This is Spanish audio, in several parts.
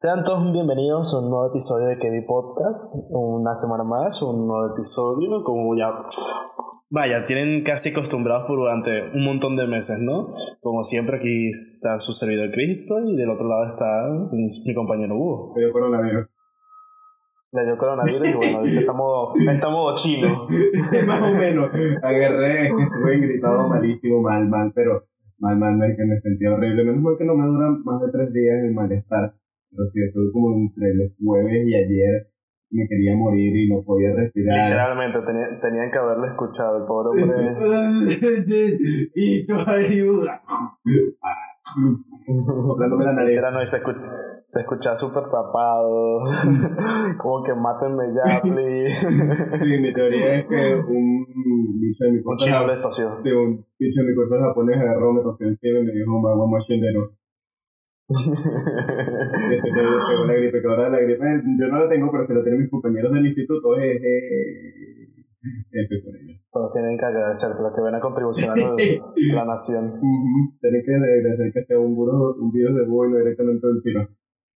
Sean todos bienvenidos a un nuevo episodio de Kevin Podcast. Una semana más, un nuevo episodio. Como ya, vaya, tienen casi acostumbrados por durante un montón de meses, ¿no? Como siempre, aquí está su servidor Cristo y del otro lado está mi compañero Hugo. Le dio coronavirus. Le dio coronavirus y bueno, ahorita está modo chino. Más o menos. Agarré, estuve gritado malísimo, mal, pero mal, que me sentía horrible. Menos mal que no me dura más de 3 días el malestar. Pero sí, estuve como entre el jueves y ayer. Me quería morir y no podía respirar. Literalmente, tenían que haberlo escuchado, el pobre hombre. Y tu ayuda. Soplándome la nariz. No, y se escuchaba súper tapado. Como que mátenme ya, please. Sí, mi teoría es que un bicho de mi Un chino le tosió. Sí, un bicho de mi curso japonés agarró, me tosió encima y me dijo, mamá, machindero. Que se te pegó la gripe, que ahora la gripe yo no la tengo, pero se la tienen mis compañeros del instituto, estoy por ellos. Todos tienen que agradecer lo que ven a contribución a la nación. Tienen que agradecer que sea un virus de búho y no directamente del chino.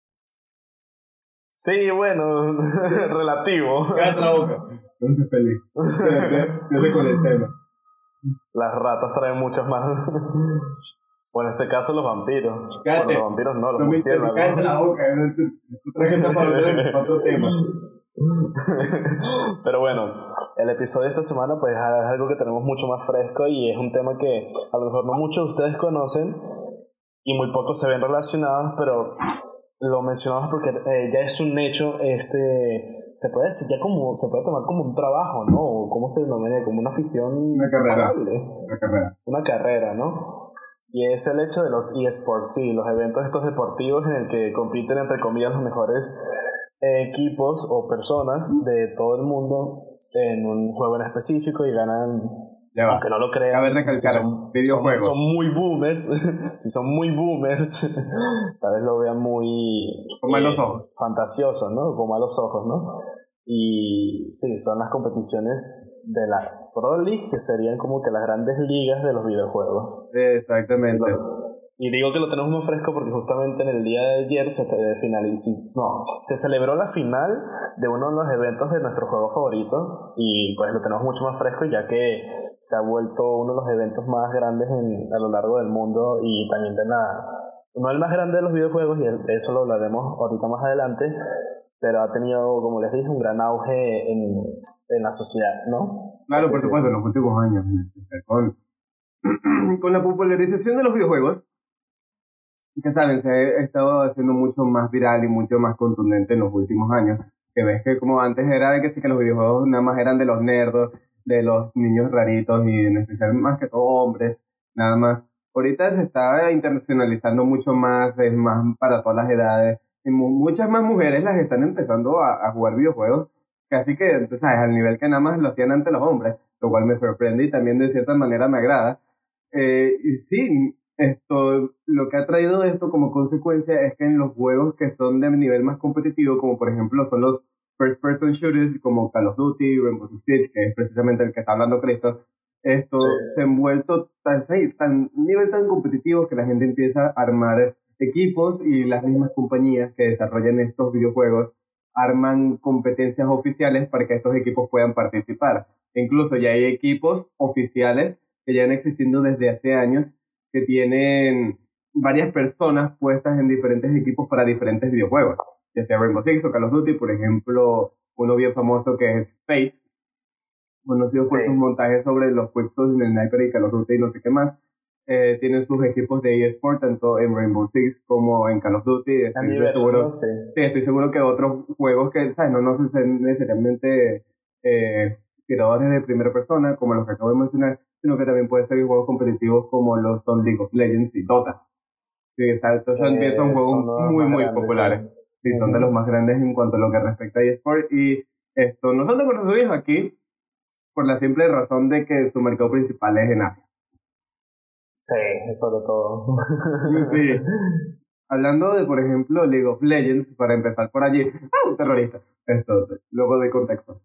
Sí, bueno, relativo. Cállate la boca. No estés feliz. Yo sé con el tema. Las ratas traen muchas más. Bueno, en este caso los vampiros. Cállate. Bueno, los vampiros no, los No murciélagos. cállate la boca. Para otro tema. Pero bueno, el episodio de esta semana pues es algo que tenemos mucho más fresco y es un tema que a lo mejor no muchos de ustedes conocen y muy pocos se ven relacionados, pero lo mencionamos porque ya es un hecho, se puede decir ya como, se puede tomar como un trabajo, ¿no? O ¿cómo se denomina? Como una afición. Una carrera. Una carrera, ¿no? Y es el hecho de los eSports, sí, los eventos estos deportivos en el que compiten entre comillas los mejores equipos o personas de todo el mundo en un juego en específico y ganan, aunque no lo crean. Cabe recalcar, videojuegos. Son muy boomers, si son muy boomers, tal vez lo vean muy con malos ojos, fantasioso, ¿no? Con malos ojos, ¿no? Y sí, son las competiciones de la Pro League, que serían como que las grandes ligas de los videojuegos. Exactamente. Y digo que lo tenemos muy fresco porque justamente en el día de ayer se celebró la final de uno de los eventos de nuestro juego favorito y pues lo tenemos mucho más fresco ya que se ha vuelto uno de los eventos más grandes a lo largo del mundo y también no el más grande de los videojuegos, y de eso lo hablaremos ahorita más adelante, pero ha tenido, como les dije, un gran auge en la sociedad, ¿no? Claro, por supuesto, en los últimos años, con la popularización de los videojuegos, que saben, se ha estado haciendo mucho más viral y mucho más contundente en los últimos años, que ves que como antes era de que sí que los videojuegos nada más eran de los nerdos, de los niños raritos y en especial más que todo hombres, nada más. Ahorita se está internacionalizando mucho más, es más para todas las edades, y muchas más mujeres las están empezando a jugar videojuegos, casi que, entonces, ¿sabes? Al nivel que nada más lo hacían antes los hombres, lo cual me sorprende y también de cierta manera me agrada. Y sí, lo que ha traído esto como consecuencia es que en los juegos que son de nivel más competitivo, como por ejemplo son los first person shooters como Call of Duty, Rainbow Six Siege, que es precisamente el que está hablando Cristo, se ha envuelto tan nivel tan competitivo que la gente empieza a armar equipos y las mismas compañías que desarrollan estos videojuegos arman competencias oficiales para que estos equipos puedan participar. E incluso ya hay equipos oficiales que llevan existiendo desde hace años que tienen varias personas puestas en diferentes equipos para diferentes videojuegos, ya sea Rainbow Six o Call of Duty, por ejemplo, uno bien famoso que es Fate, conocido por sus montajes sobre los puestos en el Sniper y Call of Duty y no sé qué más. Tienen sus equipos de eSport tanto en Rainbow Six como en Call of Duty. Estoy seguro que otros juegos que, ¿sabes? No son necesariamente tiradores de primera persona como los que acabo de mencionar, sino que también puede ser juegos competitivos como los son League of Legends y Dota. Sí, exacto, son juegos muy populares. Sí, son de los más grandes en cuanto a lo que respecta a eSport, y no son tan conocidos aquí por la simple razón de que su mercado principal es en Asia. Sí, sobre todo. Sí. Hablando de, por ejemplo, League of Legends, para empezar por allí. Un terrorista. Luego de contexto.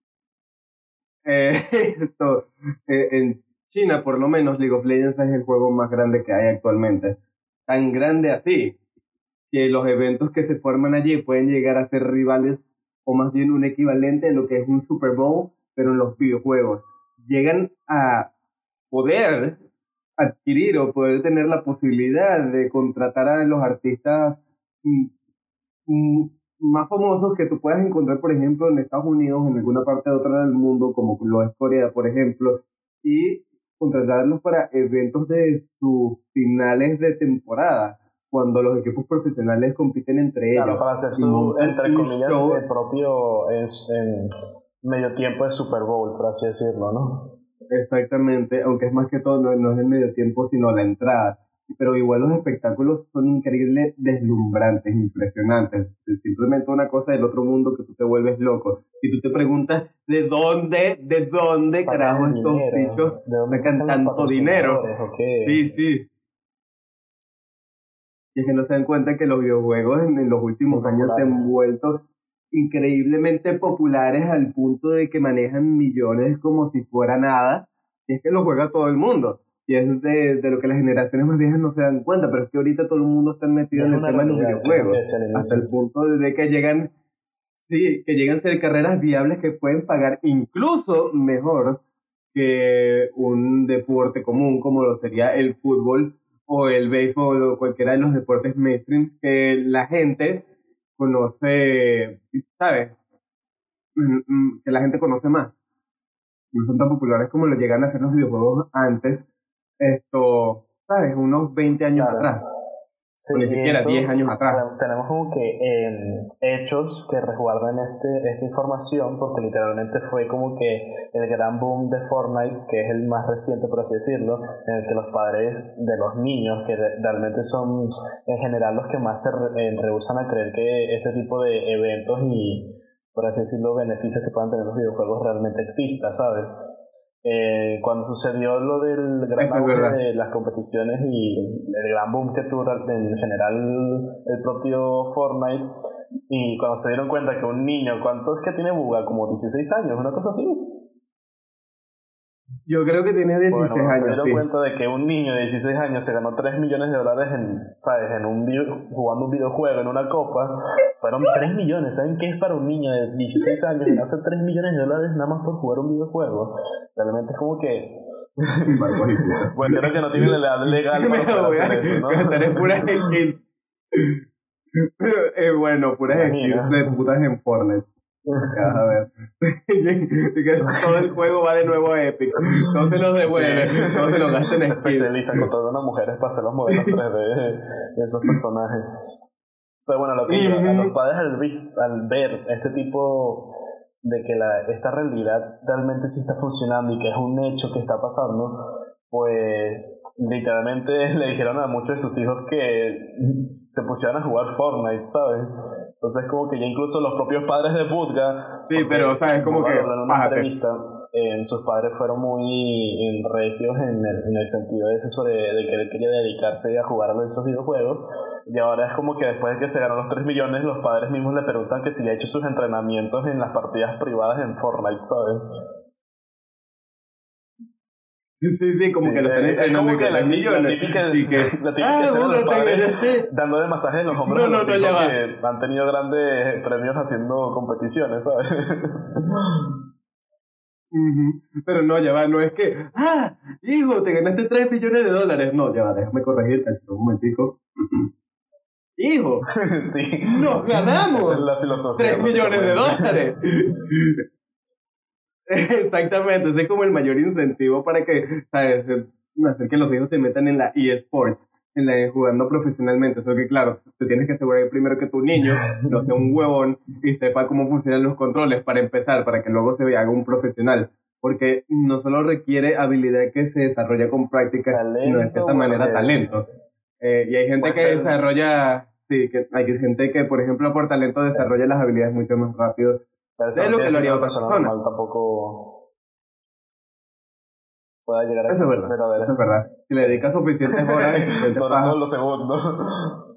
En China, por lo menos, League of Legends es el juego más grande que hay actualmente. Tan grande así que los eventos que se forman allí pueden llegar a ser rivales o más bien un equivalente a lo que es un Super Bowl, pero en los videojuegos. Llegan a poder adquirir o poder tener la posibilidad de contratar a los artistas mm, más famosos que tú puedas encontrar, por ejemplo, en Estados Unidos o en alguna parte de otra del mundo, como lo es Corea, por ejemplo, y contratarlos para eventos de sus finales de temporada, cuando los equipos profesionales compiten entre Claro, ellos. para hacer Y su, montan entre un comillas, show. propio en medio tiempo de Super Bowl, por así decirlo, ¿no? Exactamente, aunque es más que todo, no es el medio tiempo, sino la entrada. Pero igual los espectáculos son increíbles, deslumbrantes, impresionantes. Es simplemente una cosa del otro mundo que tú te vuelves loco. Y tú te preguntas, de dónde Sacan carajo el estos dinero, bichos ¿de dónde sacan sacan los tanto dinero? patrocinadores o qué? Sí, sí. Y es que no se dan cuenta que los videojuegos en los Muy últimos años se han populares. vuelto increíblemente populares al punto de que manejan millones como si fuera nada. Y es que lo juega todo el mundo. Y es de lo que las generaciones más viejas no se dan cuenta, pero es que ahorita todo el mundo está metido Ya es en el una tema de los realidad, que es lo que videojuegos, decía al hasta inicio. el punto de que llegan, sí, que llegan a ser carreras viables que pueden pagar incluso mejor que un deporte común como lo sería el fútbol o el béisbol o cualquiera de los deportes mainstream que la gente conoce, ¿sabes? Que la gente conoce más. No son tan populares como lo llegan a ser los videojuegos antes, ¿sabes? Unos 20 años Claro. atrás, Sí, o ni y siquiera 10 eso años atrás. tenemos como que hechos que resguardan esta información, porque literalmente fue como que el gran boom de Fortnite, que es el más reciente, por así decirlo, en el que los padres de los niños, que realmente son en general los que más rehusan a creer que este tipo de eventos y, por así decirlo, beneficios que puedan tener los videojuegos realmente exista, ¿sabes? Cuando sucedió lo del gran Eso es auge verdad. de las competiciones y el gran boom que tuvo en general el propio Fortnite, y cuando se dieron cuenta que un niño, ¿cuánto es que tiene Buga? Como 16 años, una cosa así. Yo creo que tiene Bueno, 16 cuando se años, dieron sí. cuenta de que un niño de 16 años se ganó 3 millones de dólares ¿sabes? Jugando un videojuego en una copa, fueron 3 millones. ¿Saben qué es para un niño de 16 años ganarse 3 millones de dólares nada más por jugar un videojuego? Realmente es como que... Barcos y putas. Bueno, creo que no tienen la edad legal Me para poder voy hacer a eso, ¿no? gastar en puras skills. Bueno, puras skills de Imagina. putas en Fortnite. Ya vas a ver. Y que todo el juego va de nuevo a Epic. No se los devuelve, no se lo gasta en Se skills. especializan contratando a mujeres para hacer los modelos 3D de esos personajes. Pero bueno, lo que iba, a los padres al ver este tipo de que esta realidad realmente sí está funcionando y que es un hecho que está pasando, pues literalmente le dijeron a muchos de sus hijos que se pusieran a jugar Fortnite, ¿sabes? Entonces como que ya incluso los propios padres de Budga, Sí, porque pero, o sea, es como Budga que, lo habló en una bájate. entrevista, sus padres fueron muy regios en el sentido de ese de que él quería dedicarse a jugar a esos videojuegos, y ahora es como que después de que se ganó los 3 millones, los padres mismos le preguntan que si ha hecho sus entrenamientos en las partidas privadas en Fortnite, ¿sabes? Sí, sí, como Sí, que lo están es entrenando como y que que 3 millones. Y que, la típica escena de los te padres ganaste. dando de masajes en los hombros No, a los no, ya hijos va. que han tenido grandes premios haciendo competiciones, ¿sabes? Pero no, ya va, no es que, hijo, te ganaste 3 millones de dólares. No, ya va, déjame corregirte un momentico. Hijo, Sí, nos esa es ganamos la filosofía 3 millones de prácticamente. dólares. Exactamente, ese es como el mayor incentivo para que, ¿sabes? Hacer que los hijos se metan en la eSports, en la jugando profesionalmente. Eso que, claro, te tienes que asegurar primero que tu niño no sea un huevón y sepa cómo funcionan los controles para empezar, para que luego se haga un profesional. Porque no solo requiere habilidad que se desarrolla con práctica, sino de Talento, cierta bueno, manera talento. Y hay gente puede que ser, desarrolla, sí, que hay gente que, por ejemplo, por talento sí, desarrolla las habilidades mucho más rápido pero eso de no lo quiere que lo decir que haría una otra persona persona. normal tampoco pueda llegar a Eso es verdad, pero a ver, eso es verdad. Si le sí. dedicas suficientes horas y suficientes Sobre todo pajas. lo segundo.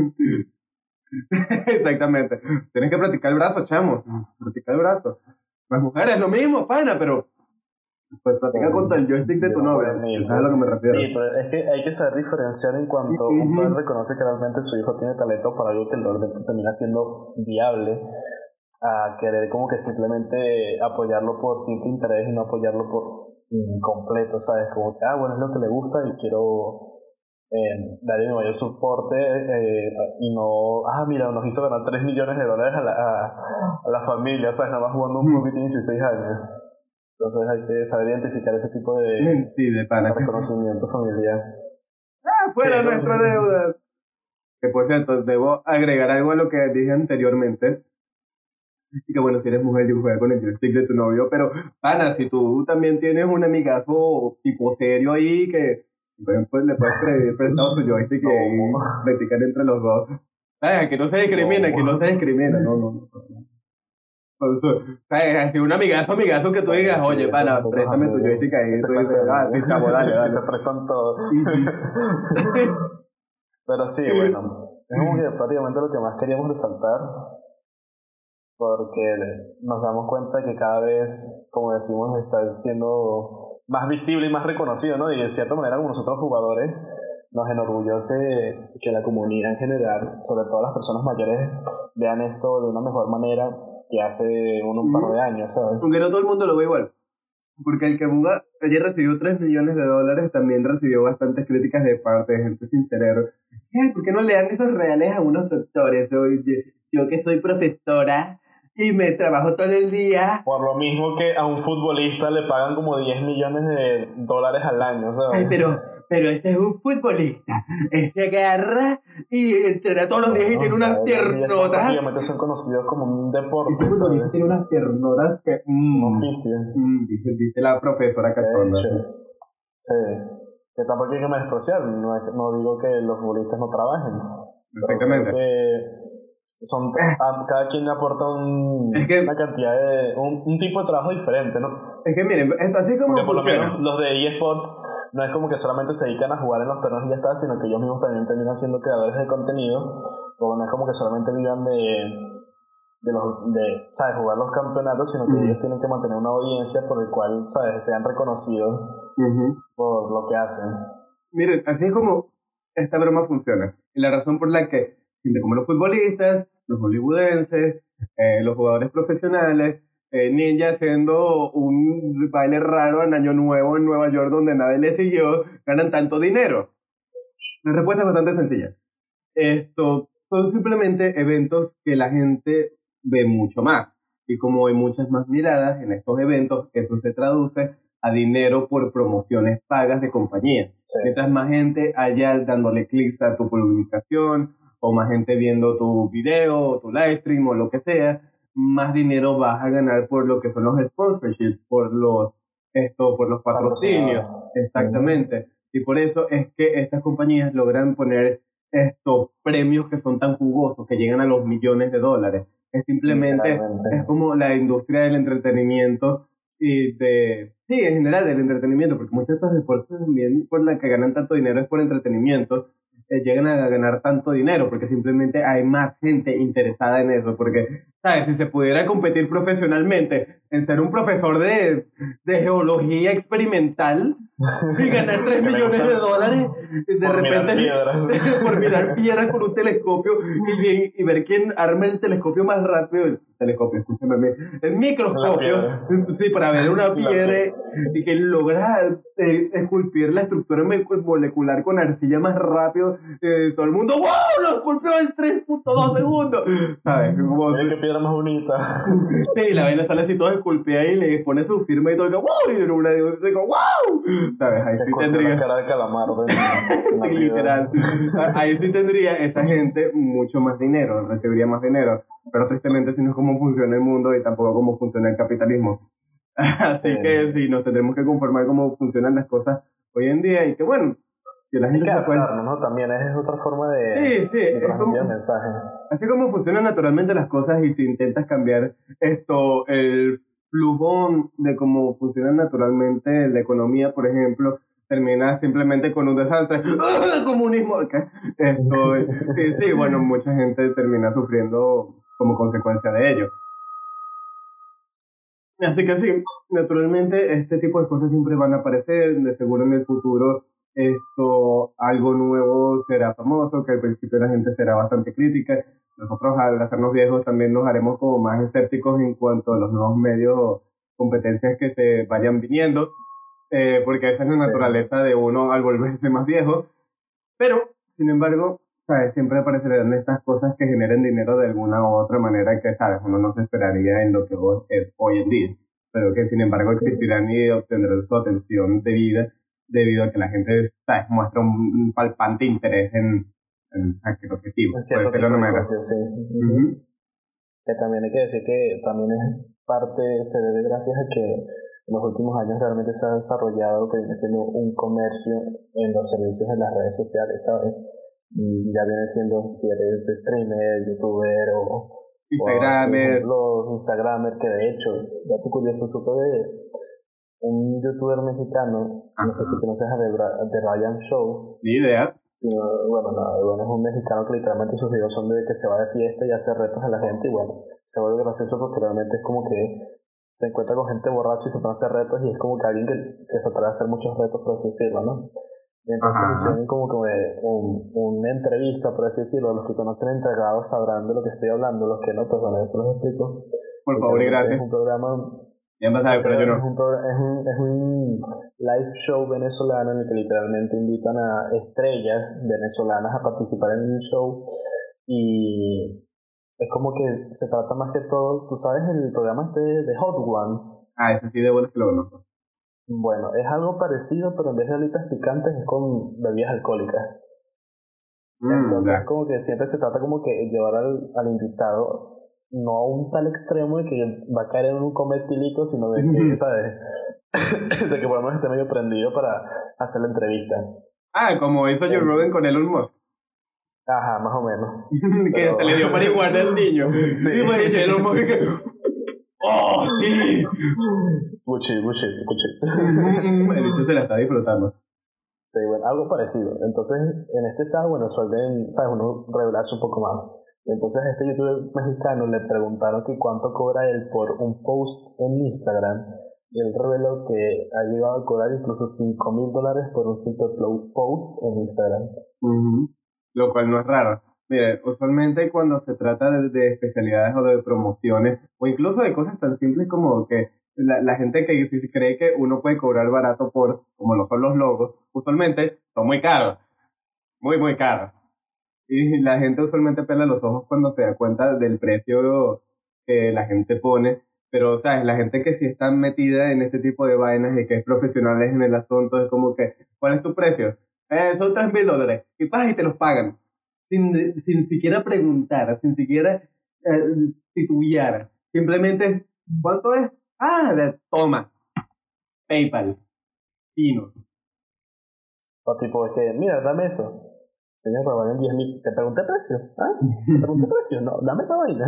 Exactamente. Tienes que practicar el brazo, chamo. Practicar el brazo. Las mujeres lo mismo, pana, pero Pues practica contra el joystick de tu novia. ¿Sabes a lo que me refiero? Sí, pero es que hay que saber diferenciar en cuanto un padre reconoce que realmente su hijo tiene talento para algo que termina siendo viable, a querer como que simplemente apoyarlo por simple interés y no apoyarlo por completo, ¿sabes? Como que, bueno, es lo que le gusta y quiero darle mi mayor soporte y no, mira, nos hizo ganar $3 millones a la familia, ¿sabes? Nada más jugando un poquito de 16 años. Entonces hay que saber identificar ese tipo de, Sí, de pana. reconocimiento familiar. Fuera Sí, nuestra deuda. Que por cierto, debo agregar algo a lo que dije anteriormente. Y que bueno, si eres mujer, yo juego con el joystick de tu novio, pero pana, si tú también tienes un amigazo tipo serio ahí que pues, le puedes pedir prestado su joystick y practicar entre los dos. Que no se discrimina, que no se discrimina, no. ¿Sabes? Si un amigazo que tú digas, oye, pana, préstame tu joystick ahí, tú dices, sí, chavo, dale. Que se prestan todo. Pero sí, bueno, es como que prácticamente lo que más queríamos resaltar, porque nos damos cuenta que cada vez, como decimos, está siendo más visible y más reconocido, ¿no? Y de cierta manera, como nosotros jugadores, nos enorgullece que la comunidad en general, sobre todo las personas mayores, vean esto de una mejor manera que hace un par de años, ¿sabes? Aunque no todo el mundo lo ve igual. Porque el que Buga ayer recibió $3 millones, también recibió bastantes críticas de parte de gente sin cerebro. ¿Por qué no le dan esos reales a unos doctores? Oye, yo que soy profesora y me trabajo todo el día. Por lo mismo que a un futbolista le pagan como $10 millones al año, ¿sabes? Ay, pero ese es un futbolista. Ese agarra y entrena todos los días y tiene unas piernotas. Prácticamente son conocidos como un deporte. Ese futbolista tiene unas piernotas que... un oficio. Dice la profesora Cachonda. Sí. Que tampoco hay que menospreciar. No digo que los futbolistas no trabajen. Exactamente. Cada quien aporta una cantidad de un tipo de trabajo diferente, ¿no? Es que miren, así como porque por funciona. lo menos los de eSports no es como que solamente se dedican a jugar en los torneos y ya está, sino que ellos mismos también terminan siendo creadores de contenido, o no es como que solamente vivan ¿sabes? Jugar los campeonatos, sino que ellos tienen que mantener una audiencia por el cual, ¿sabes? Sean reconocidos por lo que hacen. Miren, así es como esta broma funciona. Y la razón por la que gente como los futbolistas, los hollywoodenses, los jugadores profesionales, Ninja haciendo un baile raro en Año Nuevo en Nueva York donde nadie le siguió, ganan tanto dinero. La respuesta es bastante sencilla. Esto son simplemente eventos que la gente ve mucho más. Y como hay muchas más miradas en estos eventos, eso se traduce a dinero por promociones pagas de compañía. Sí. Mientras más gente haya dándole clics a tu publicación, o más gente viendo tu video, o tu live stream, o lo que sea, más dinero vas a ganar por lo que son los sponsorships, por los patrocinios. Exactamente. Y por eso es que estas compañías logran poner estos premios que son tan jugosos, que llegan a los millones de dólares. Es simplemente, es como la industria del entretenimiento y en general del entretenimiento, porque muchos de estos deportes también por la que ganan tanto dinero es por entretenimiento, llegan a ganar tanto dinero, porque simplemente hay más gente interesada en eso, porque, ¿sabes? Si se pudiera competir profesionalmente en ser un profesor de geología experimental y ganar $3 millones, de repente por mirar piedras con un telescopio y ver quién arma el telescopio más rápido, el microscopio, sí, para ver una piedra y que logra esculpir la estructura molecular con arcilla más rápido, todo el mundo, ¡wow! Lo esculpió en 3.2 segundos, ¿sabes? ¡Qué piedra más bonita! Sí, la vaina sale así toda esculpida y le pone su firma y todo, ¡wow! Y una digo, ¡wow! ¿Sabes? Ahí sí tendría... la cara de calamar, sí, literal. Ahí sí tendría esa gente mucho más dinero, recibiría más dinero, pero tristemente si no es cómo funciona el mundo y tampoco cómo funciona el capitalismo. Así que sí, nos tendremos que conformar cómo funcionan las cosas hoy en día y que bueno, que la gente se puede... ¿no? También es otra forma de transmitir el mensaje. Así como funcionan naturalmente las cosas y si intentas cambiar el flujo de cómo funciona naturalmente la economía, por ejemplo, termina simplemente con un desastre. ¡Ah, comunismo! Sí, bueno, mucha gente termina sufriendo como consecuencia de ello. Así que sí, naturalmente este tipo de cosas siempre van a aparecer, de seguro en el futuro algo nuevo será famoso, que al principio la gente será bastante crítica. Nosotros al hacernos viejos también nos haremos como más escépticos en cuanto a los nuevos medios o competencias que se vayan viniendo, porque esa es la Sí. naturaleza de uno al volverse más viejo. Pero, sin embargo, ¿sabes? Siempre aparecerán estas cosas que generen dinero de alguna u otra manera que, ¿sabes? Uno no se esperaría en lo que es hoy en día, pero que sin embargo Sí. existirán y obtendrán su atención debida debido a que la gente, ¿sabes? Muestra un palpante interés en aquel objetivo. En Puede cierto ser de tipo una de manera. cosas, sí. Ujú. Ujú. Que también hay que decir que también es parte, se debe gracias a que en los últimos años realmente se ha desarrollado lo que viene siendo un comercio en los servicios de las redes sociales, ¿sabes? Y ya viene siendo si eres streamer, youtuber o por Instagramer, ejemplo Instagramer, que de hecho, dato curioso, supe de un youtuber mexicano, no sé si ajá, conoces a The Ryan Show. ni idea. Sí, bueno, no, bueno, es un mexicano que literalmente sus videos son de que se va de fiesta y hace retos a la gente y bueno, se vuelve gracioso porque realmente es como que se encuentra con gente borracha y se pone a hacer retos y es como que alguien que se atreve a hacer muchos retos, por así decirlo, ¿no? Y entonces le Ajá, hicieron como que una entrevista, por así decirlo, los que conocen Entregados sabrán de lo que estoy hablando, los que no, pues bueno, eso los explico. por favor y Literalmente es gracias. un programa Ya vas a ver, pero yo no. es un live show venezolano en el que literalmente invitan a estrellas venezolanas a participar en el show y es como que se trata más que todo, tú sabes, el programa este de Hot Ones. Ah, ese sí de buenas que lo conozco. Bueno, es algo parecido, pero en vez de alitas picantes es con bebidas alcohólicas. Entonces, Ya. como que siempre se trata como que llevar al invitado no a un tal extremo de que va a caer en un cometilico, sino de que, ¿sabes? De que por lo menos esté medio prendido para hacer la entrevista. Ah, como hizo Joe En- Rogan con Elon Musk. Ajá, más o menos. Que Pero hasta le dio marihuana al niño. sí. Y pues Elon Musk que... ¡Oh, sí! Bullshit, bullshit, bullshit. El bicho se la está disfrutando. Sí, bueno, algo parecido. Entonces, en este estado, bueno, suelen, ¿sabes? Uno revelarse un poco más. Y entonces a este youtuber mexicano le preguntaron que cuánto cobra él por un post en Instagram. Y él reveló que ha llegado a cobrar incluso $5,000 por un simple post en Instagram. Ujú. Lo cual no es raro. Mire, usualmente cuando se trata de especialidades o de promociones, o incluso de cosas tan simples como que la gente que si se cree que uno puede cobrar barato por, como lo son los logos, usualmente son muy caros, muy, muy caros. Y la gente usualmente pela los ojos cuando se da cuenta del precio que la gente pone, pero, ¿sabes? La gente que sí está metida en este tipo de vainas y que es profesionales en el asunto, es como que, ¿cuál es tu precio? Son $3,000. Y vas y te los pagan. Sin siquiera preguntar, sin siquiera titubear. Simplemente, ¿cuánto es? Ah, toma, PayPal, Pino. O tipo, es que, mira, dame eso. Señor, me valen 10,000. ¿Te pregunté precio? ¿Ah? ¿Te pregunté precio? No, dame esa vaina.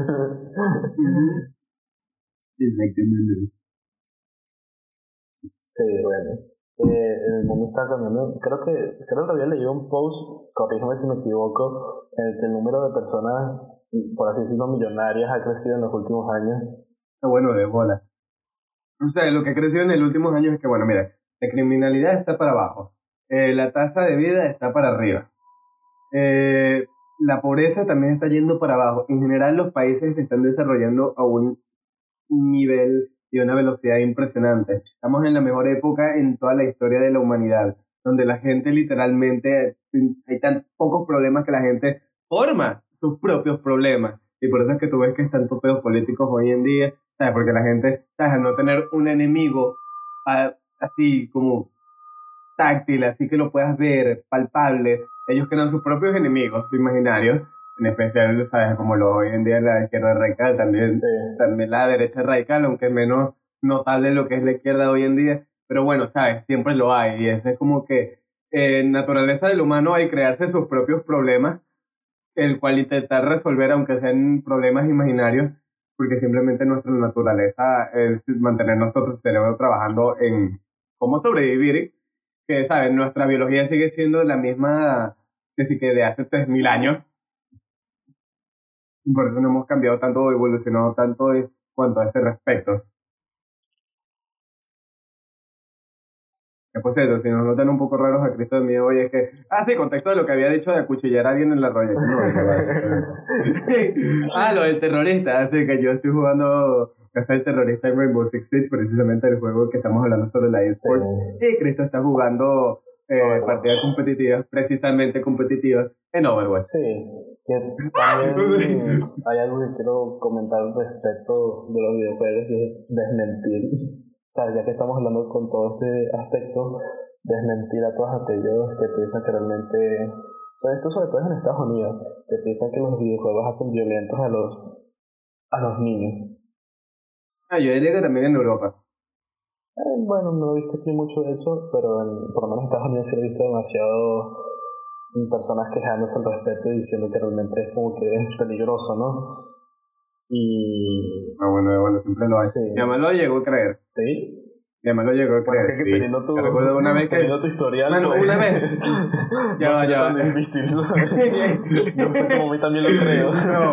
Exactamente. Sí, bueno. El mundo está cambiando. Creo que había leído un post, corrígeme si me equivoco, en el que el número de personas, por así decirlo, millonarias ha crecido en los últimos años. Está bueno de bola. O sea, lo que ha crecido en los últimos años es que, bueno, mira, la criminalidad está para abajo, la tasa de vida está para arriba, eh, la pobreza también está yendo para abajo. En general, los países se están desarrollando a un nivel y una velocidad impresionante. Estamos en la mejor época en toda la historia de la humanidad, donde la gente literalmente, hay tan pocos problemas que la gente forma sus propios problemas. Y por eso es que tú ves que están topeos políticos hoy en día, ¿sabes? Porque la gente, ¿sabes? Al no tener un enemigo así como táctil, así que lo puedas ver, palpable, ellos crean sus propios enemigos imaginarios, en especial, ¿sabes? Como lo hoy en día la izquierda radical, también, Sí, también la derecha radical, aunque es menos notable lo que es la izquierda hoy en día, pero bueno, ¿sabes? Siempre lo hay, y ese es como que naturaleza del humano hay crearse sus propios problemas, el cual intentar resolver, aunque sean problemas imaginarios, porque simplemente nuestra naturaleza es mantener nuestro cerebro trabajando en cómo sobrevivir, que, ¿sabes? Nuestra biología sigue siendo la misma que sí que de hace 3,000 años, por eso no hemos cambiado tanto o evolucionado tanto en cuanto a ese respecto. Por cierto, si nos notan un poco raros a Cristo de mí hoy es que... Ah, sí, contexto de lo que había dicho de acuchillar a alguien en la roya. Lo del terrorista. Así que yo estoy jugando Casa del Terrorista en Rainbow Six Siege, precisamente el juego que estamos hablando sobre la eSport. Sí. Y Cristo está jugando partidas competitivas, precisamente competitivas, en Overwatch. Sí, que también hay algo que quiero comentar respecto de los videojuegos y es desmentir. O sea, ya que estamos hablando con todo este aspecto, desmentir a todos aquellos que piensan que realmente, o sea, esto sobre todo es en Estados Unidos, que piensan que los videojuegos hacen violentos a los niños. Yo diría que también en Europa. Bueno, no he visto aquí mucho de eso, pero por lo menos en Estados Unidos sí he visto demasiado personas quejándose al respecto y diciendo que realmente es como que es peligroso, ¿no? Y... bueno, siempre lo hay. Sí. Mi mamá lo llegó a creer. ¿Sí? Mi mamá lo llegó a creer. Bueno, teniendo tu, recuerdo una vez teniendo tu historial. Bueno, una vez. ya va. Tan difícil. Yo sé como a mí también lo creo.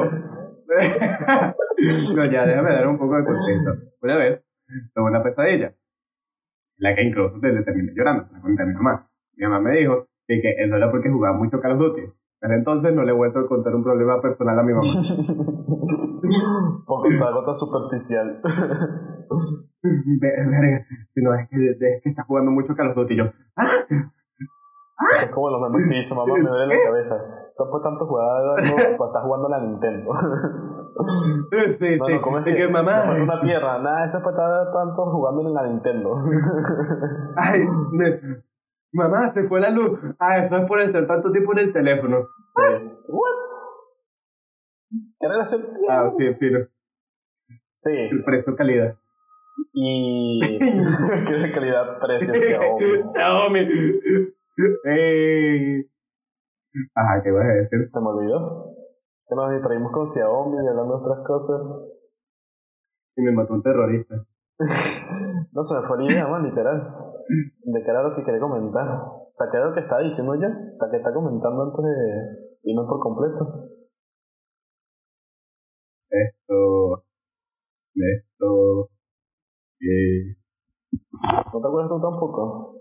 No, ya, déjame dar un poco de contexto. Una vez tuve una pesadilla, la que incluso te terminé llorando, la conté a mi mamá. Mi mamá me dijo que eso era porque jugaba mucho Call of Duty. Desde entonces no le he vuelto a contar un problema personal a mi mamá. Porque está gota superficial. Verga, si no es que está jugando mucho Call of Duty y yo. Es como los memes que dice mamá, me duele la cabeza. Eso fue tanto jugar algo, pues estás jugando la Nintendo. Sí, no, ¿cómo es que mamá? No fue una tierra, nada, eso fue tanto jugando en la Nintendo. Mamá, se fue la luz. Eso es por estar tanto tiempo en el teléfono. Sí. ¿What? ¿Qué relación tiene? Sí, fino. Sí. El precio-calidad. Y... ¿Qué calidad-precio? Xiaomi. Ajá, ¿qué vas a decir? Se me olvidó. Que nos distraímos con Xiaomi y hablando de otras cosas. Y me mató un terrorista. No, se me fue la idea, man, literal. De qué era lo que quería comentar. O sea, ¿qué era lo que estaba diciendo yo? O sea, que está comentando antes de irnos por completo. Esto. ¿No te acuerdas tú tampoco?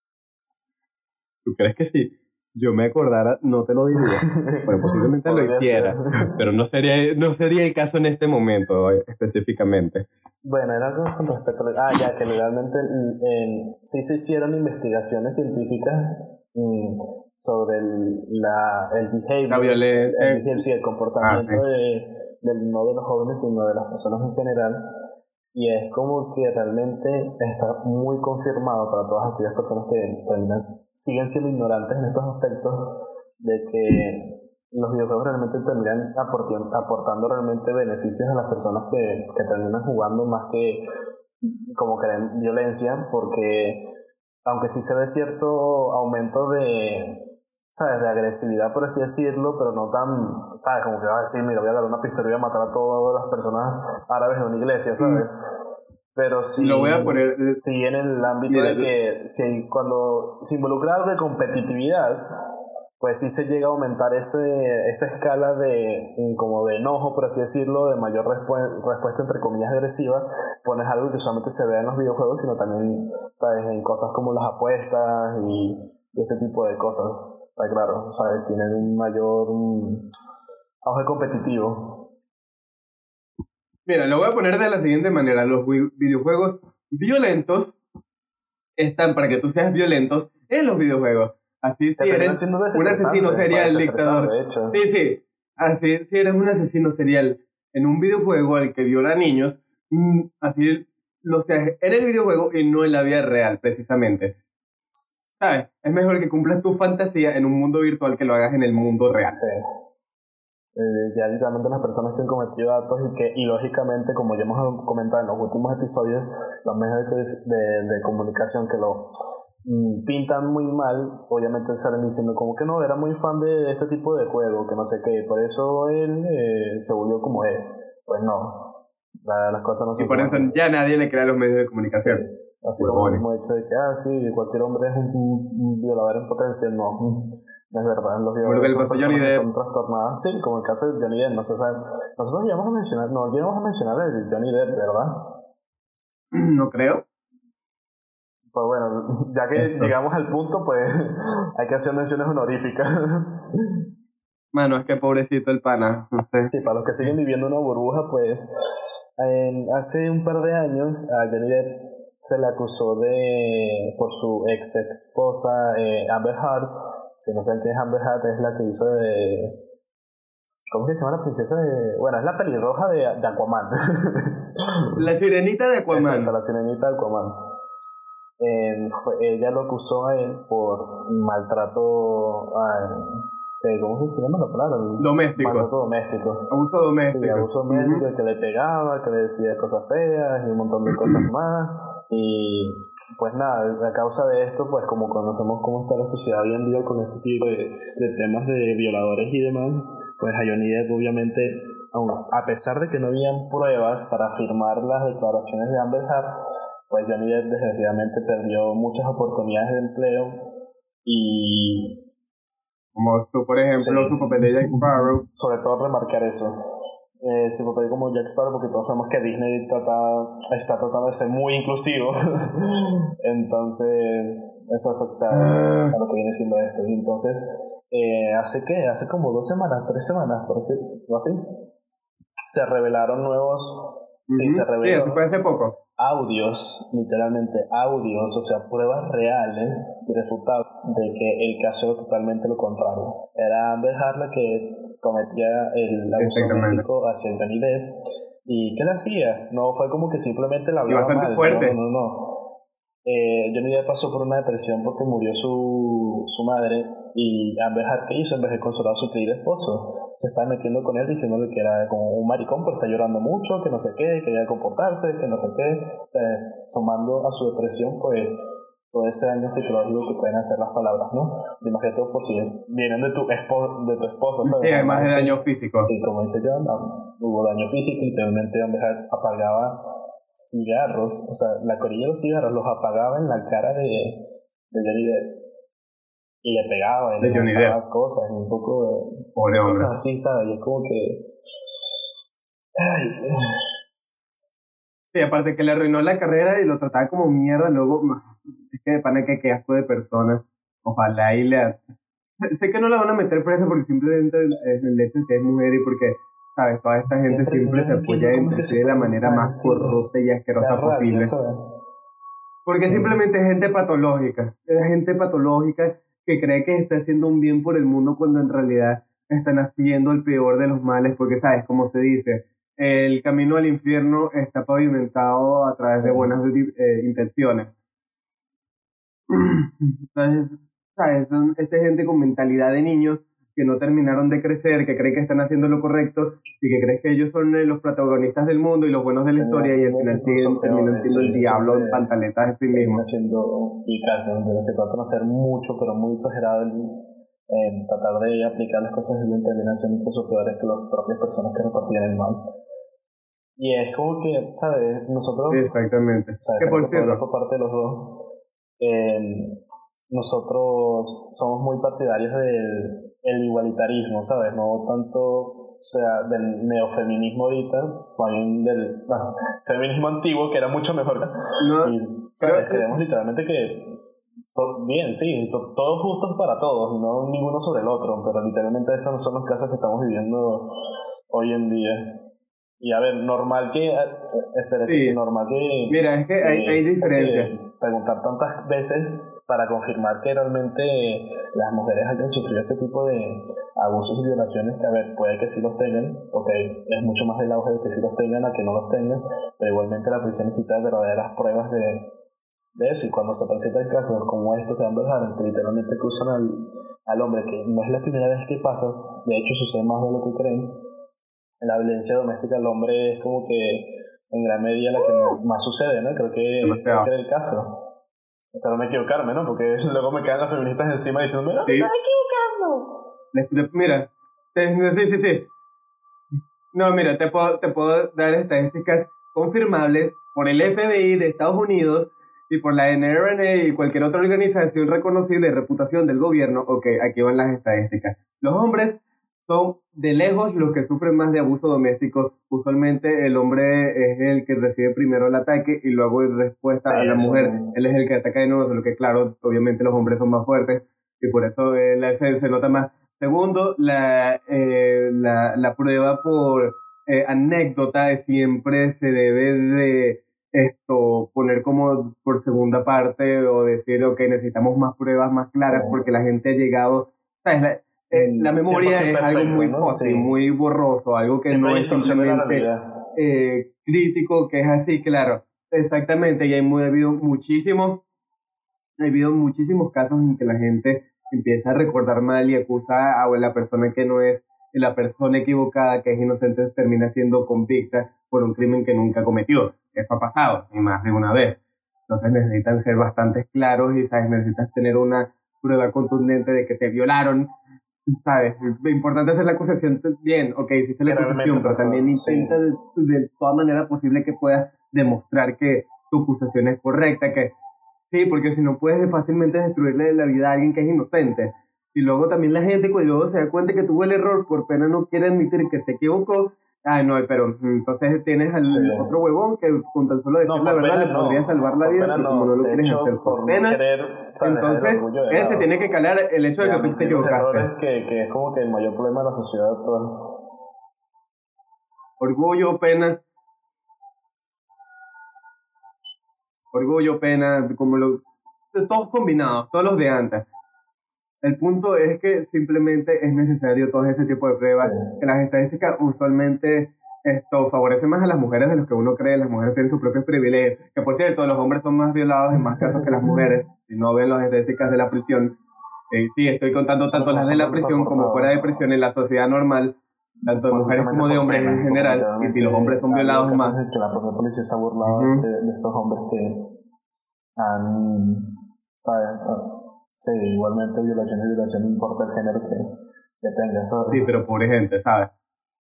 ¿Tú crees que sí? Yo me acordara, no te lo diría. Bueno, posiblemente lo hiciera, pero no sería el caso en este momento específicamente. Bueno, era algo con respecto a... ya, que realmente sí se hicieron investigaciones científicas sobre el behavior, la violencia, sí, el comportamiento no de los jóvenes, sino de las personas en general. Y es como que realmente está muy confirmado para todas aquellas personas que siguen siendo ignorantes en estos aspectos, de que los videojuegos realmente terminan aportando realmente beneficios a las personas que terminan jugando más que como creen violencia, porque aunque sí se ve cierto aumento de, ¿sabes?, de agresividad, por así decirlo, pero no tan, ¿sabes?, como que vas a decir, mira, voy a agarrar una pistola y voy a matar a todas las personas árabes de una iglesia, ¿sabes? Pero sí, lo voy a poner, sí en el ámbito de que cuando se involucra algo de competitividad, pues sí se llega a aumentar esa escala como de enojo, por así decirlo, de mayor respuesta entre comillas agresiva. Pones algo que solamente se ve en los videojuegos, sino también, ¿sabes?, en cosas como las apuestas y este tipo de cosas. Claro, ¿sabes?, tienen un mayor auge competitivo. Mira, lo voy a poner de la siguiente manera. Los videojuegos violentos están para que tú seas violentos en los videojuegos. Así si eres un asesino serial, dictador. De hecho. Sí. Así si eres un asesino serial en un videojuego al que viola niños, así lo seas en el videojuego y no en la vida real, precisamente. ¿Sabes? Es mejor que cumplas tu fantasía en un mundo virtual que lo hagas en el mundo real. Sí. Ya literalmente las personas que han cometido actos y lógicamente, como ya hemos comentado en los últimos episodios, los medios de comunicación que lo pintan muy mal, obviamente salen diciendo como que no, era muy fan de este tipo de juego, que no sé qué, por eso él se volvió como es. Pues no, las cosas no son. Y por eso ya nadie le crea a los medios de comunicación. Sí. Así como el mismo hecho de que, sí, cualquier hombre es un violador en potencia, no. No es verdad, los violadores son personas que son trastornadas. Sí, como el caso de Johnny Depp, no sé, nosotros llegamos a mencionar el Johnny Depp, ¿verdad? No creo. Pues bueno, ya que Esto. llegamos al punto, pues hay que hacer menciones honoríficas. Mano, es que pobrecito el pana, no sé. Sí, para los que siguen viviendo una burbuja, pues hace un par de años a Johnny Depp se le acusó por su ex esposa Amber Heard. Si no saben quién es Amber Heard, es la que hizo de... ¿Cómo que se llama la princesa de...? Bueno, es la pelirroja de Aquaman. La sirenita de Aquaman. Exacto, la sirenita de Aquaman. Ella lo acusó a él por maltrato... ¿cómo se llama la palabra? Doméstico. Maltrato doméstico. Abuso doméstico. Sí, abuso doméstico, que le pegaba, que le decía cosas feas y un montón de cosas más. Y pues nada, a causa de esto, pues como conocemos cómo está la sociedad hoy en día con este tipo de temas de violadores y demás, pues a Johnny Depp obviamente, a pesar de que no habían pruebas para afirmar las declaraciones de Amber Heard, pues Johnny Depp desgraciadamente perdió muchas oportunidades de empleo y... Como por ejemplo, Sí. su papel de Jack Sparrow. Sobre todo remarcar eso. Se papel como Jack Sparrow, porque todos sabemos que Disney está tratando de ser muy inclusivo. Entonces, eso afecta a lo que viene siendo esto. Y entonces, hace como 2 semanas, 3 semanas, por decirlo así, se revelaron nuevos. Sí, se Sí, reveló eso fue hace poco. audios, literalmente audios, o sea, pruebas reales y refutables de que el caso era totalmente lo contrario. Era Amber Heard la que cometía el abuso Exactamente. doméstico hacia Johnny Depp. ¿Y qué le hacía? No fue como que simplemente la Y hablaba bastante mal. fuerte. No. Johnny Depp pasó por una depresión porque murió su madre y Amber Heard, ¿qué hizo? En vez de consolar a su querido esposo, se está metiendo con él diciéndole que era como un maricón porque está llorando mucho, que no sé qué, que debe comportarse, que no sé qué, o sea, sumando a su depresión pues todo ese daño psicológico que pueden hacer las palabras, ¿no? Imagínate por si vienen de tu esposa, ¿sabes? Sí, además de daño físico. Sí, como dice John, hubo daño físico, literalmente Amber Heard apagaba cigarros, o sea, la colilla de los cigarros los apagaba en la cara de Johnny Depp y le pegaba y De le Johnny lanzaba cosas y un poco de Pobre hombre. cosas así, ¿sabes? Y es como que... Ay, Sí, aparte que le arruinó la carrera y lo trataba como mierda, luego, es que de pana que asco de persona. Ojalá y le... Sé que no la van a meter presa porque simplemente es el hecho de que es mujer y porque, ¿sabes? Toda esta gente siempre yo se no entiendo apoya cómo es entre que sí se de la pueden manera más corrupta y asquerosa dar rabia, posible. ¿sabes? Porque Sí. simplemente es gente patológica. Es gente patológica que cree que está haciendo un bien por el mundo cuando en realidad están haciendo el peor de los males. Porque, ¿sabes? Como se dice, el camino al infierno está pavimentado a través de Sí. buenas intenciones. Entonces, ¿sabes? Son esta gente con mentalidad de niños que no terminaron de crecer, que creen que están haciendo lo correcto y que creen que ellos son los protagonistas del mundo y los buenos de la historia y al final terminan siendo el diablo en pantaletas de sí Termina mismos. siendo el caso de los que tratan de hacer mucho, pero muy exagerado en tratar de aplicar las cosas bien, terminan siendo incluso peores que las propias personas que repartían el mal. Y es como que, ¿sabes? Nosotros, Exactamente. ¿sabes? Que por Creo que cierto, por parte de los dos, nosotros somos muy partidarios del igualitarismo, ¿sabes? No tanto, o sea, del neofeminismo ahorita, más bien del feminismo antiguo, que era mucho mejor. no, Y, ¿sabes? Creemos literalmente que bien, sí, todos justos para todos, y no ninguno sobre el otro, pero literalmente esos no son los casos que estamos viviendo hoy en día. Y a ver, normal que, Sí. normal que... Mira, es que hay diferencias. Preguntar tantas veces para confirmar que realmente las mujeres hayan sufrido este tipo de abusos y violaciones, que a ver, puede que sí los tengan, porque es mucho más el auge de que sí los tengan a que no los tengan, pero igualmente la prisión necesita verdaderas pruebas de eso, y cuando se presentan casos como estos de Amber Heard, que literalmente acusan al hombre, que no es la primera vez que pasa, de hecho sucede más de lo que creen. En la violencia doméstica el hombre es como que en gran medida la que más sucede, ¿no? Creo que Demasiado. era el caso. Espero no equivocarme, ¿no? Porque luego me caen las feministas encima diciendo, no, Sí. estás equivocando. Mira, sí. No, mira, te puedo dar estadísticas confirmables por el FBI de Estados Unidos y por la NRA y cualquier otra organización reconocida de reputación del gobierno. Ok, aquí van las estadísticas. Los hombres son de lejos los que sufren más de abuso doméstico. Usualmente el hombre es el que recibe primero el ataque y luego en respuesta a la mujer, él es el que ataca de nuevo, lo que claro, obviamente los hombres son más fuertes y por eso se nota más. Segundo, la prueba por anécdota siempre se debe de poner como por segunda parte o decir, ok, necesitamos más pruebas más claras porque la gente ha llegado, ¿sabes? La memoria es perfecto, algo muy fósil, muy borroso, algo que no es simplemente crítico, que es así, claro, exactamente, y ha habido muchísimos casos en que la gente empieza a recordar mal y acusa a la persona que no es la persona equivocada, que es inocente, termina siendo convicta por un crimen que nunca cometió. Eso ha pasado, y más de una vez. Entonces necesitan ser bastante claros y, ¿sabes? Necesitas tener una prueba contundente de que te violaron, ¿sabes? Lo importante es hacer la acusación bien, ok, hiciste la acusación, pero también intenta de toda manera posible que puedas demostrar que tu acusación es correcta, que sí, porque si no puedes fácilmente destruirle la vida a alguien que es inocente. Y luego también la gente cuando luego se da cuenta que tuvo el error, por pena no quiere admitir que se equivocó. Ah, no, pero entonces tienes al otro huevón que con tan solo decir la verdad le podría salvar la vida, pero como no lo quieres hacer por pena, entonces él se tiene que calar el hecho de que tú te equivocaste. Que es como que el mayor problema de la sociedad actual. Orgullo, pena, como todos combinados, todos los de antes. El punto es que simplemente es necesario todo ese tipo de pruebas, que las estadísticas usualmente favorecen más a las mujeres de lo que uno cree. Las mujeres tienen sus propios privilegios, que por cierto los hombres son más violados en más casos que las mujeres, si no ven las estadísticas de la prisión. Sí, estoy contando tanto las de la prisión como fuera de prisión en la sociedad normal, tanto de mujeres como de hombres en general, y si los hombres son violados más. Que la propia policía se ha burlado de estos hombres que han, ¿sabes? Sí, igualmente violación, no importa el género que tenga. Sí, pero pobre gente, ¿sabes?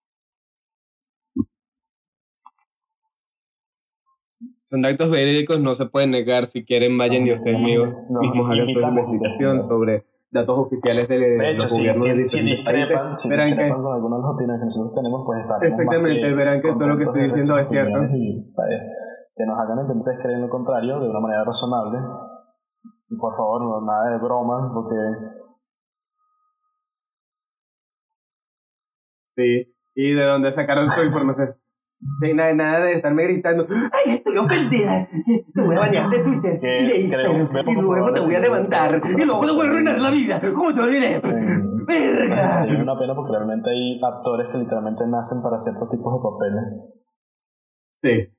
Son datos verídicos, no se pueden negar. Si quieren, vayan y ustedes mismos hagan su investigación sobre datos oficiales de los gobiernos de diferentes países. Si discrepan con algunas de las opiniones que nosotros tenemos, pues estaremos exactamente, verán que todo lo que estoy diciendo es cierto. Y, ¿sabes? Que nos hagan entender creer lo contrario de una manera razonable. Y por favor, no, nada de bromas, porque... Sí, y de dónde sacaron su información. Sí, nada de estarme gritando, ¡ay, estoy ofendida! Te voy a banear de Twitter y de Instagram, y luego te voy a levantar, y luego te voy a arruinar la vida. ¿Cómo te olvidé? ¡Verga! Es una pena porque realmente hay actores que literalmente nacen para ciertos tipos de papeles. Sí.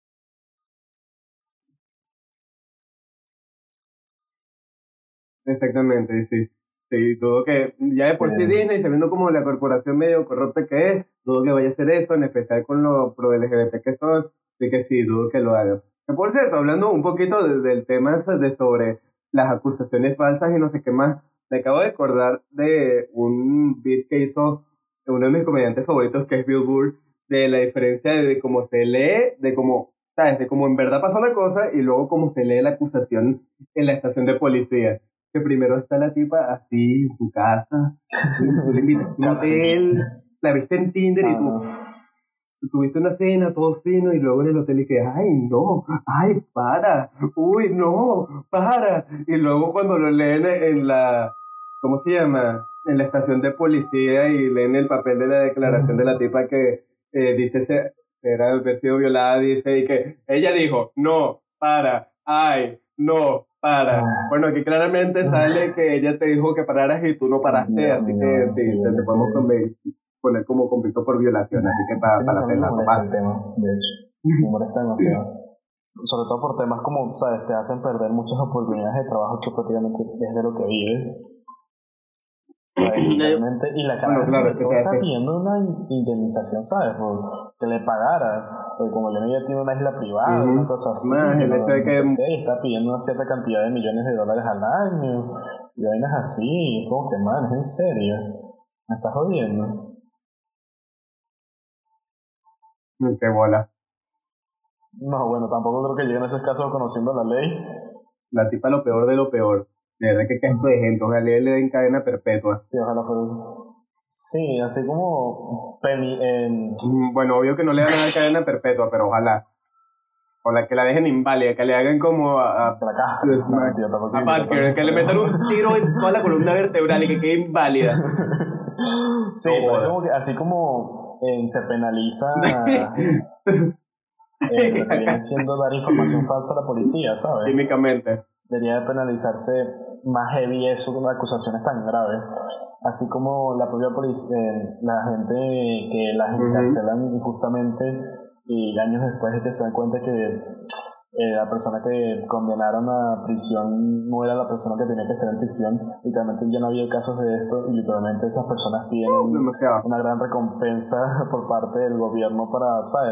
Exactamente, sí. Sí, dudo que ya de por sí Disney, sabiendo como la corporación medio corrupta que es, dudo que vaya a hacer eso, en especial con los pro LGBT que son, así que sí, dudo que lo hagan. Que por cierto, hablando un poquito del tema de sobre las acusaciones falsas y no sé qué más, me acabo de acordar de un beat que hizo uno de mis comediantes favoritos, que es Bill Burr, de la diferencia de cómo se lee, de cómo, ¿sabes? De cómo en verdad pasó la cosa y luego cómo se lee la acusación en la estación de policía. Que primero está la tipa así en tu casa, tú le invitas a un hotel, la viste en Tinder y tú tuviste una cena, todo fino, y luego en el hotel y que, ay, no, ay, para, uy, no, para. Y luego cuando lo leen en la, ¿cómo se llama? En la estación de policía y leen el papel de la declaración de la tipa que dice será haber sido violada, dice, y que ella dijo, no, para, ay, no, para. Bueno, aquí claramente sale que ella te dijo que pararas y tú no paraste, así que sí, te podemos poner como conflicto por violación, así que para hacerla, papá. El tema, de hecho, me molesta demasiado. Sobre todo por temas como, ¿sabes? Te hacen perder muchas oportunidades de trabajo que prácticamente es de lo que vives. ¿Sabes? Y la cara claro, está pidiendo una indemnización, ¿sabes? Que le pagara. Porque como yo no ya tiene una isla privada, una cosa así, el hecho de que está pidiendo una cierta cantidad de millones de dólares al año y vainas así, es como que, man, es en serio, me estás jodiendo. Qué bola. No, bueno, tampoco creo que lleguen a esos casos conociendo la ley. La tipa lo peor de lo peor. De verdad que esto de gente, ojalá le den cadena perpetua. Sí, ojalá fuera. Sí, así como Bueno, obvio que no le van a dar cadena perpetua, pero ojalá. O la que la dejen inválida, que le hagan como a la caja. No, tío, tampoco a Parker, que le metan un tiro en toda la columna vertebral y que quede inválida. Sí, pero es como que así como se penaliza lo que viene siendo dar información falsa a la policía, ¿sabes? Químicamente. Debería penalizarse más heavy eso con acusaciones tan graves. Así como la propia policía, la gente que las encarcelan injustamente y años después de que se dan cuenta que la persona que condenaron a prisión no era la persona que tenía que estar en prisión. Literalmente ya no había casos de esto y literalmente esas personas piden una gran recompensa por parte del gobierno para, ¿sabes?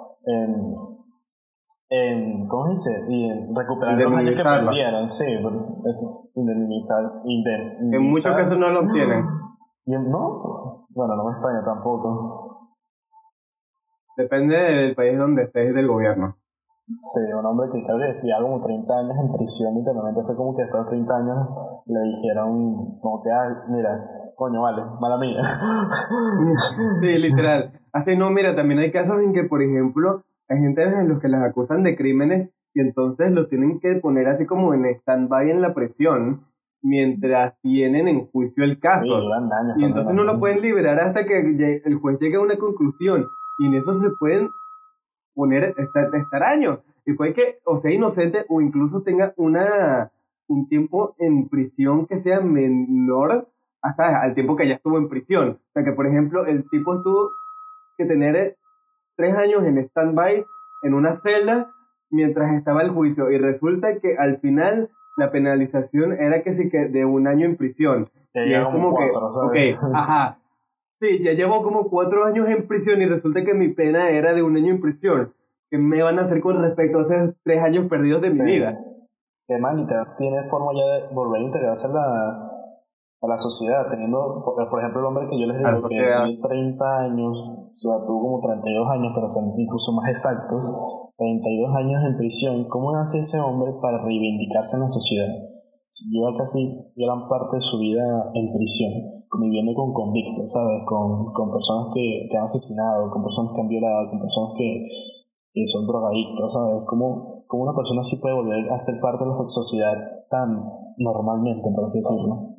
¿Cómo se dice? Y recuperar los años que perdieron, sí, eso, indemnizar. En muchos casos no lo obtienen. ¿No? Bueno, no en España tampoco. Depende del país donde estés y del gobierno. Sí, un hombre que creo que lleva como 30 años en prisión, literalmente fue como que después de 30 años le dijeron como que, mira, coño, vale, mala mía. Sí, literal. Así no, mira, también hay casos en que, por ejemplo, hay gente en los que las acusan de crímenes y entonces los tienen que poner así como en stand-by en la prisión mientras tienen en juicio el caso. Sí, años, y entonces no lo pueden liberar hasta que el juez llegue a una conclusión. Y en eso se pueden poner, estar años. Y puede que o sea inocente o incluso tenga un tiempo en prisión que sea menor ¿sabes? Al tiempo que ya estuvo en prisión. O sea que, por ejemplo, el tipo tuvo que tener 3 años en stand-by en una celda mientras estaba el juicio y resulta que al final la penalización era que sí que de 1 año en prisión. Y es como 4, ¿sabes? Ok, ajá. Sí, ya llevo como 4 años en prisión y resulta que mi pena era de 1 año en prisión. ¿Qué me van a hacer con respecto a esos 3 años perdidos de mi vida? Que man, tiene forma ya de volver a integrarse a la sociedad, teniendo, por ejemplo, el hombre que yo les digo que tiene 30 años, o sea, tuvo como 32 años, pero son incluso más exactos, 32 años en prisión. ¿Cómo hace ese hombre para reivindicarse en la sociedad? Lleva casi gran parte de su vida en prisión, conviviendo con convictos, ¿sabes? Con personas que han asesinado, con personas que han violado, con personas que son drogadictos, ¿sabes? ¿Cómo una persona así puede volver a ser parte de la sociedad tan normalmente, por así decirlo?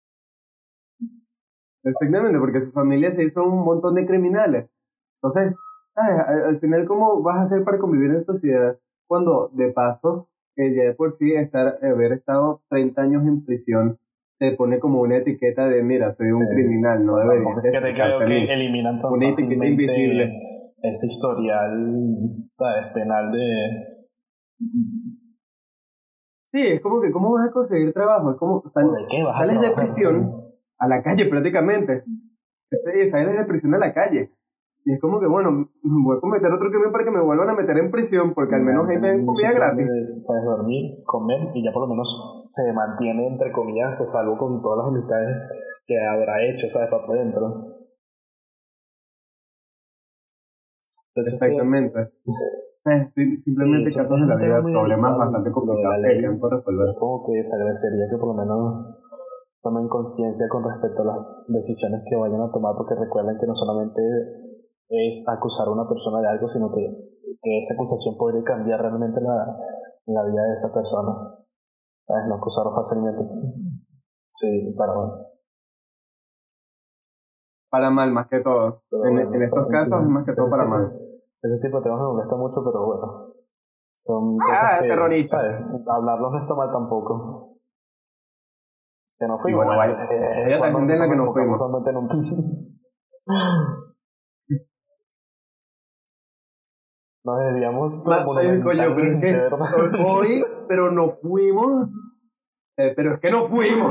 Exactamente, porque su familia se hizo un montón de criminales. Entonces, ¿sabes? Al final, ¿cómo vas a hacer para convivir en sociedad cuando, de paso, ya de por sí haber estado 30 años en prisión te pone como una etiqueta de, mira, soy un criminal, no debería ser? Es que creo que eliminan tan una etiqueta invisible. Ese historial, ¿sabes? Penal de... Sí, es como que, ¿cómo vas a conseguir trabajo? Es como, sales de prisión a la calle prácticamente. Sí, sales de prisión a la calle. Y es como que, bueno, voy a cometer otro crimen para que me vuelvan a meter en prisión, porque al menos ahí me den comida gratis. Sabes dormir, comer, y ya por lo menos se mantiene, entre comillas, a salvo con todas las amistades que habrá hecho, ¿sabes? Para adentro. Exactamente. Simplemente casos de la vida, problemas bastante complicados que hay por resolver. Es como que se agradecería que por lo menos tomen conciencia con respecto a las decisiones que vayan a tomar, porque recuerden que no solamente es acusar a una persona de algo, sino que esa acusación podría cambiar realmente la vida de esa persona. ¿Sabes? No acusarlo fácilmente. Sí, para mal, más que todo. En estos casos es más que todo para mal. Ese tipo de temas me molesta mucho, pero bueno. Son cosas que, terrorista. ¿sabes? Hablarlos no está mal tampoco. Que no fuimos. Bueno, vaya gente en la que nos fuimos. Nos desviamos. Coño, pero es que hoy, pero nos fuimos. Pero es que no fuimos.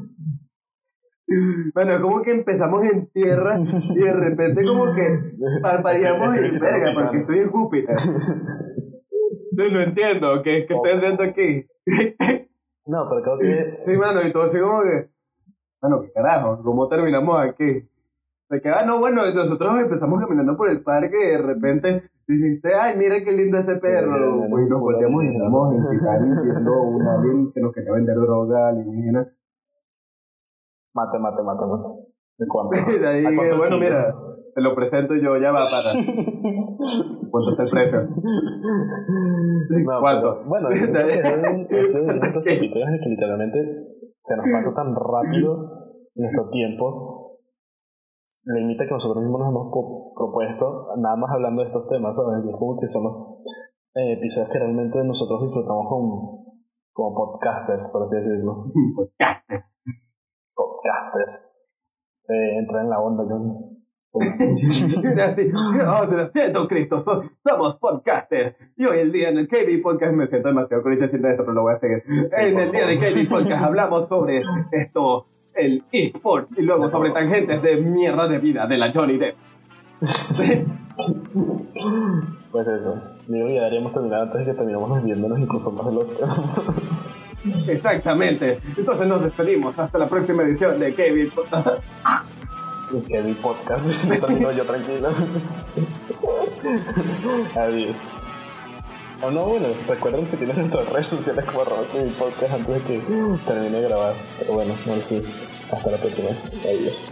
Bueno, como que empezamos en tierra y de repente como que parpadeamos en verga, porque estoy en Júpiter. No entiendo, ¿qué estoy haciendo aquí? No, pero creo que... Sí, mano, y todo así como que... Bueno, ¿qué carajo? ¿Cómo terminamos aquí? Me queda, no, bueno, nosotros empezamos caminando por el parque y de repente dijiste, ay, mira qué lindo ese perro. Pues nos volteamos y estamos en Titanic viendo un alien que nos quería vender droga alienígena. Mate. ¿De cuánto? De ahí ¿A que, cuánto bueno, el kilo? mira, te lo presento yo, ya va para. ¿Cuánto está el precio? No, ¿Cuánto? pero bueno, yo creo que ese es uno de esos ¿Qué? capítulos en el que literalmente se nos pasa tan rápido nuestro tiempo, el límite que nosotros mismos nos hemos propuesto, nada más hablando de estos temas, ¿sabes? Y es como que son los episodios que realmente nosotros disfrutamos como podcasters, por así decirlo. Podcasters. Podcasters. Entra en la onda, yo. Así, oh, te lo siento, Cristo, somos podcasters. Y hoy el día en el KB Podcast me siento demasiado con haciendo esto, pero lo voy a seguir. Sí, En por el día de favor. KB Podcast hablamos sobre esto, el eSports, y luego sobre tangentes de mierda de vida de la Johnny Depp. Pues eso. Digo, ya deberíamos terminar antes de que terminemos viéndonos incluso más de los temas. Exactamente. Entonces nos despedimos. Hasta la próxima edición de KB Podcast. Que mi podcast. No termino yo tranquilo. Adiós. Oh, no, bueno, recuerden si tienen nuestras redes sociales como mi podcast antes de que termine de grabar. Pero bueno, no sé. Hasta la próxima. Adiós.